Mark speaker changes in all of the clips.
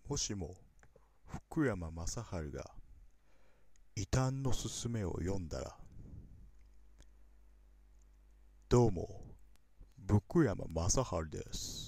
Speaker 1: もしも福山雅治が異端のすすめを読んだら、どうも、福山雅治です。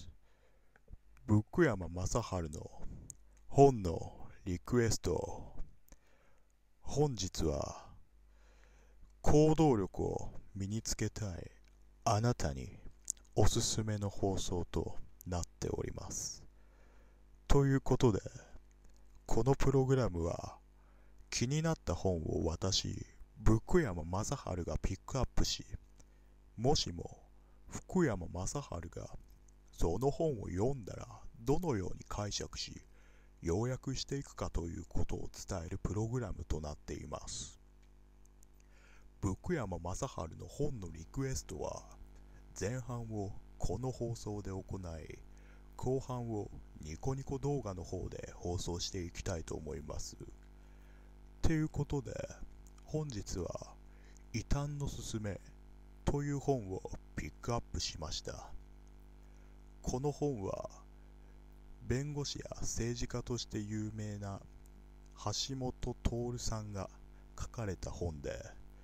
Speaker 1: 福山雅治の本のリクエスト。本日は行動力を身につけたいあなたにおすすめの放送となっております。ということで、このプログラムは気になった本を私、福山雅治がピックアップし、もしも福山雅治がその本を読んだらどのように解釈し、要約していくかということを伝えるプログラムとなっています。福山雅治の本のリクエストは、前半をこの放送で行い、後半をニコニコ動画の方で放送していきたいと思います。ということで、本日は異端のすすめという本をピックアップしました。この本は弁護士や政治家として有名な橋本徹さんが書かれた本で、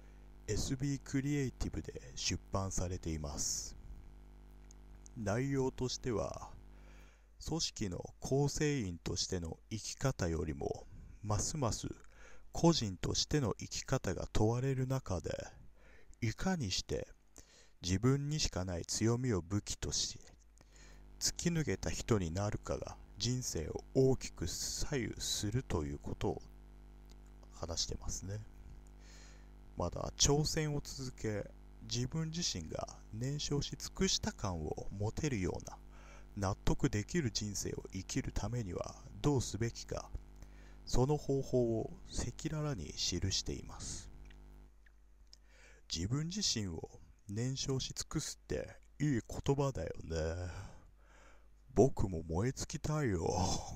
Speaker 1: SB クリエイティブで出版されています。内容としては、組織の構成員としての生き方よりもますます個人としての生き方が問われる中で、いかにして自分にしかない強みを武器とし突き抜けた人になるかが人生を大きく左右するということを話してますね。まだ挑戦を続け、自分自身が燃焼し尽くした感を持てるような納得できる人生を生きるためにはどうすべきか、その方法を赤裸々に記しています。自分自身を燃焼し尽くすっていい言葉だよね。僕も燃え尽きたいよ。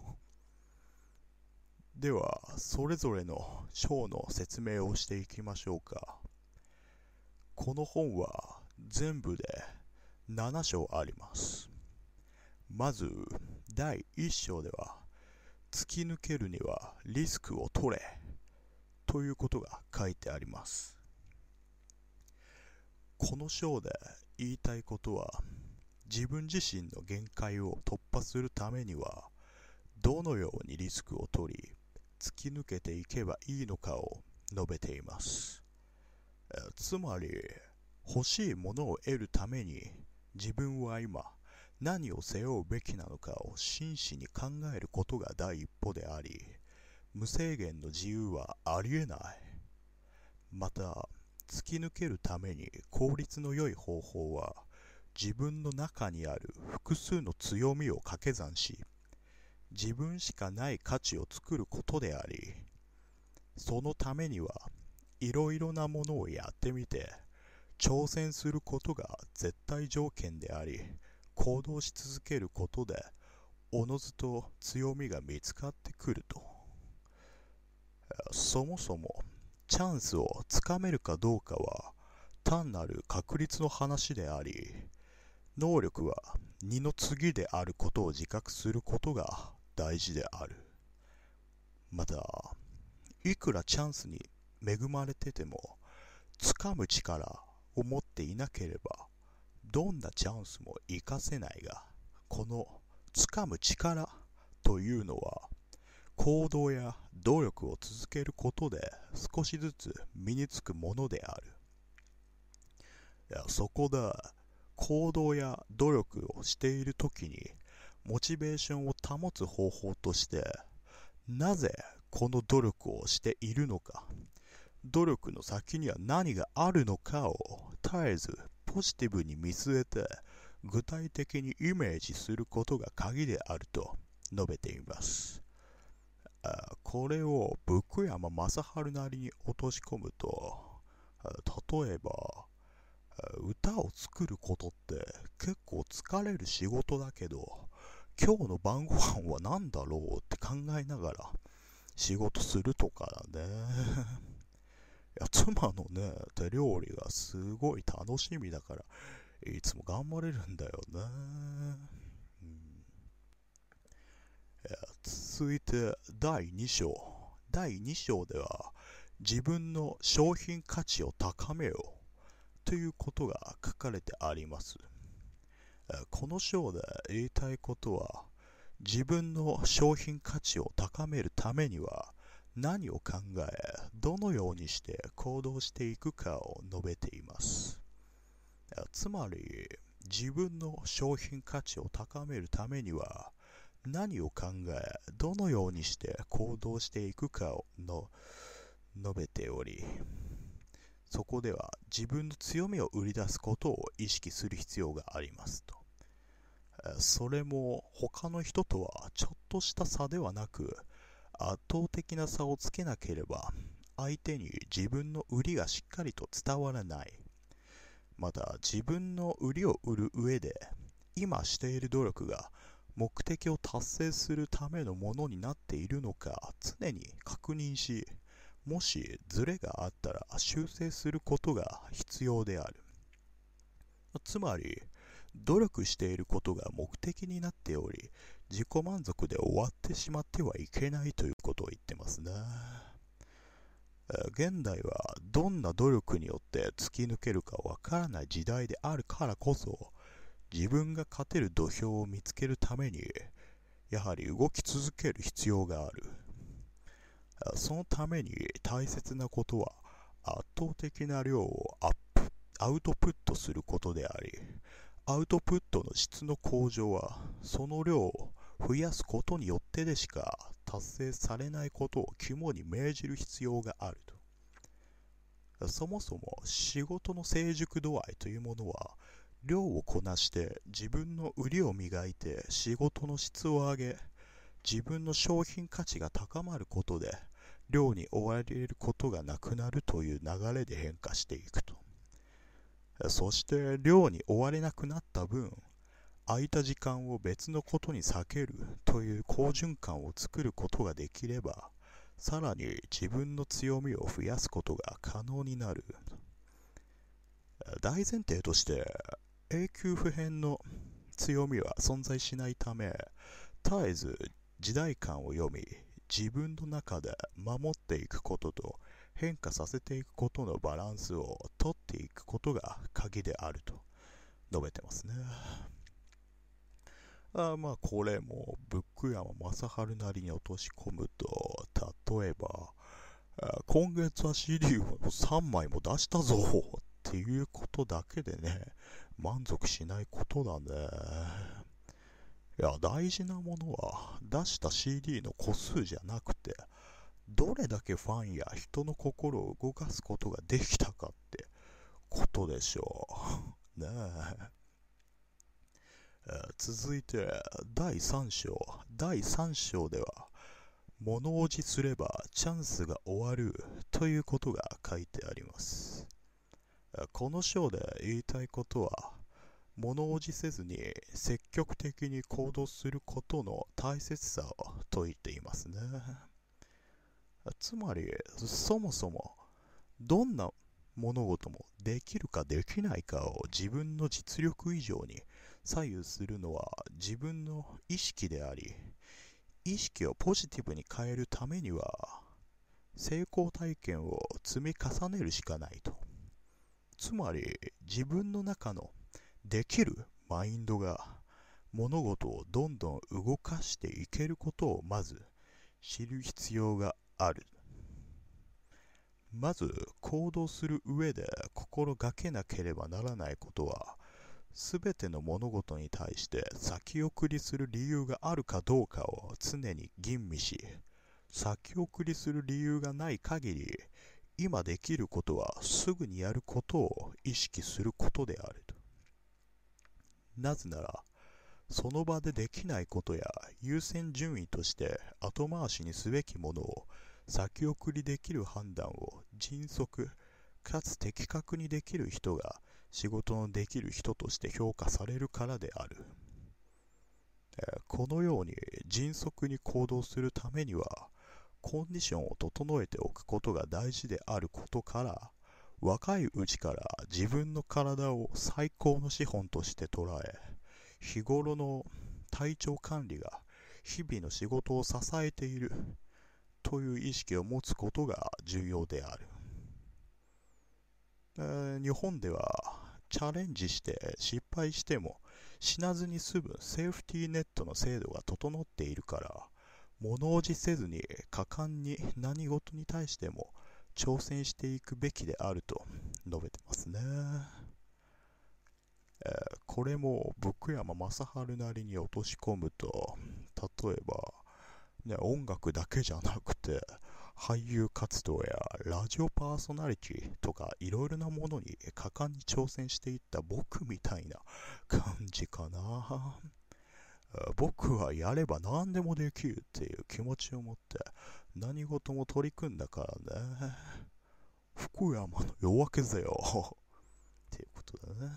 Speaker 1: では、それぞれの章の説明をしていきましょうか。この本は全部で7章あります。まず、第1章では、突き抜けるにはリスクを取れということが書いてあります。この章で言いたいことは、自分自身の限界を突破するためにはどのようにリスクを取り突き抜けていけばいいのかを述べています。つまり、欲しいものを得るために自分は今何を背負うべきなのかを真摯に考えることが第一歩であり、無制限の自由はありえない。また、突き抜けるために効率の良い方法は、自分の中にある複数の強みを掛け算し、自分しかない価値を作ることであり、そのためにはいろいろなものをやってみて挑戦することが絶対条件であり、行動し続けることでおのずと強みが見つかってくると。そもそもチャンスをつかめるかどうかは単なる確率の話であり、能力は二の次であることを自覚することが大事である。また、いくらチャンスに恵まれてても、掴む力を持っていなければ、どんなチャンスも活かせないが、この掴む力というのは、行動や努力を続けることで少しずつ身につくものである。そこで、行動や努力をしているときにモチベーションを保つ方法として、なぜこの努力をしているのか、努力の先には何があるのかを絶えずポジティブに見据えて具体的にイメージすることが鍵であると述べています。これを福山雅治なりに落とし込むと、例えば歌を作ることって結構疲れる仕事だけど、今日の晩ご飯は何だろうって考えながら仕事するとかだね。いや、妻のね、手料理がすごい楽しみだから、いつも頑張れるんだよね。いや、 続いて第2章。第2章では自分の商品価値を高めようということが書かれてあります。この章で言いたいことは、自分の商品価値を高めるためには何を考え、どのようにして行動していくかを述べています。つまり、自分の商品価値を高めるためには何を考え、どのようにして行動していくかを述べており、そこでは自分の強みを売り出すことを意識する必要がありますと。それも他の人とはちょっとした差ではなく、圧倒的な差をつけなければ相手に自分の売りがしっかりと伝わらない。また自分の売りを売る上で今している努力が目的を達成するためのものになっているのか常に確認し、もしズレがあったら修正することが必要である。つまり努力していることが目的になっており、自己満足で終わってしまってはいけないということを言ってますね。現代はどんな努力によって突き抜けるかわからない時代であるからこそ、自分が勝てる土俵を見つけるためにやはり動き続ける必要がある。そのために大切なことは圧倒的な量をアウトプットすることであり、アウトプットの質の向上はその量を増やすことによってでしか達成されないことを肝に銘じる必要があると。そもそも仕事の成熟度合いというものは、量をこなして自分の売りを磨いて仕事の質を上げ、自分の商品価値が高まることで量に追われることがなくなるという流れで変化していくと。そして量に追われなくなった分、空いた時間を別のことに避けるという好循環を作ることができれば、さらに自分の強みを増やすことが可能になる。大前提として永久不変の強みは存在しないため、絶えず時代感を読み、自分の中で守っていくことと変化させていくことのバランスを取っていくことが鍵であると述べてますね。これもブック山正治なりに落とし込むと、例えば今月は CD を3枚も出したぞっていうことだけでね、満足しないことだね。いや、大事なものは出した CD の個数じゃなくて、どれだけファンや人の心を動かすことができたかってことでしょうね。続いて第3章。第3章では、物おじすればチャンスが終わるということが書いてあります。この章で言いたいことは、物おじせずに積極的に行動することの大切さを説いていますね。つまり、そもそもどんな物事もできるかできないかを自分の実力以上に左右するのは自分の意識であり、意識をポジティブに変えるためには成功体験を積み重ねるしかないと。つまり自分の中のできるマインドが物事をどんどん動かしていけることをまず知る必要がある。まず行動する上で心がけなければならないことは、すべての物事に対して先送りする理由があるかどうかを常に吟味し、先送りする理由がない限り、今できることはすぐにやることを意識することであると。なぜなら、その場でできないことや優先順位として後回しにすべきものを先送りできる判断を迅速かつ的確にできる人が仕事のできる人として評価されるからである。このように迅速に行動するためにはコンディションを整えておくことが大事であることから、若いうちから自分の体を最高の資本として捉え、日頃の体調管理が日々の仕事を支えているという意識を持つことが重要である。日本ではチャレンジして失敗しても死なずに済むセーフティーネットの制度が整っているから、物おじせずに果敢に何事に対しても挑戦していくべきであると述べてますね。これも福山雅治なりに落とし込むと、例えば、音楽だけじゃなくて俳優活動やラジオパーソナリティとかいろいろなものに果敢に挑戦していった僕みたいな感じかな。僕はやれば何でもできるっていう気持ちを持って何事も取り組んだからね。福山の夜明けぜよっていうことだね。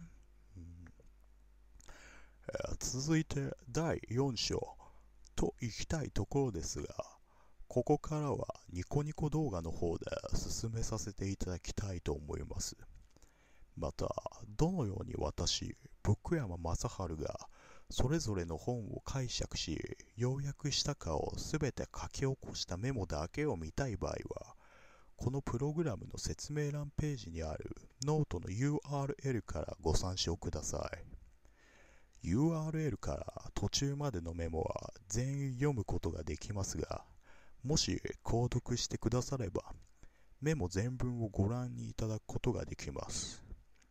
Speaker 1: 続いて第4章といきたいところですが、ここからはニコニコ動画の方で進めさせていただきたいと思います。また、どのように私、福山雅治がそれぞれの本を解釈し、要約したかをすべて書き起こしたメモだけを見たい場合は、このプログラムの説明欄ページにあるノートの URL からご参照ください。URL から途中までのメモは全員読むことができますが、もし購読してくだされば、メモ全文をご覧にいただくことができます。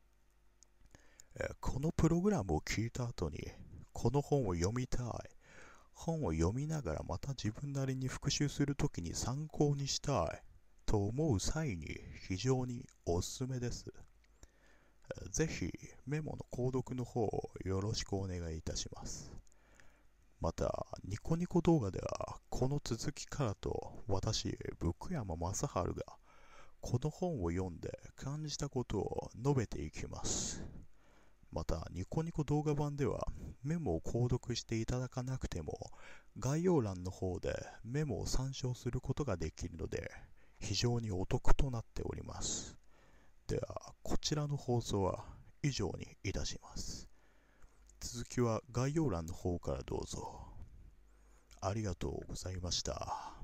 Speaker 1: このプログラムを聞いた後に、この本を読みたい、本を読みながらまた自分なりに復習するときに参考にしたいと思う際に非常におすすめです。ぜひメモの購読の方をよろしくお願いいたします。また、ニコニコ動画ではこの続きからと私、福山雅治がこの本を読んで感じたことを述べていきます。また、ニコニコ動画版ではメモを購読していただかなくても概要欄の方でメモを参照することができるので非常にお得となっております。では、こちらの放送は以上にいたします。続きは概要欄の方からどうぞ。ありがとうございました。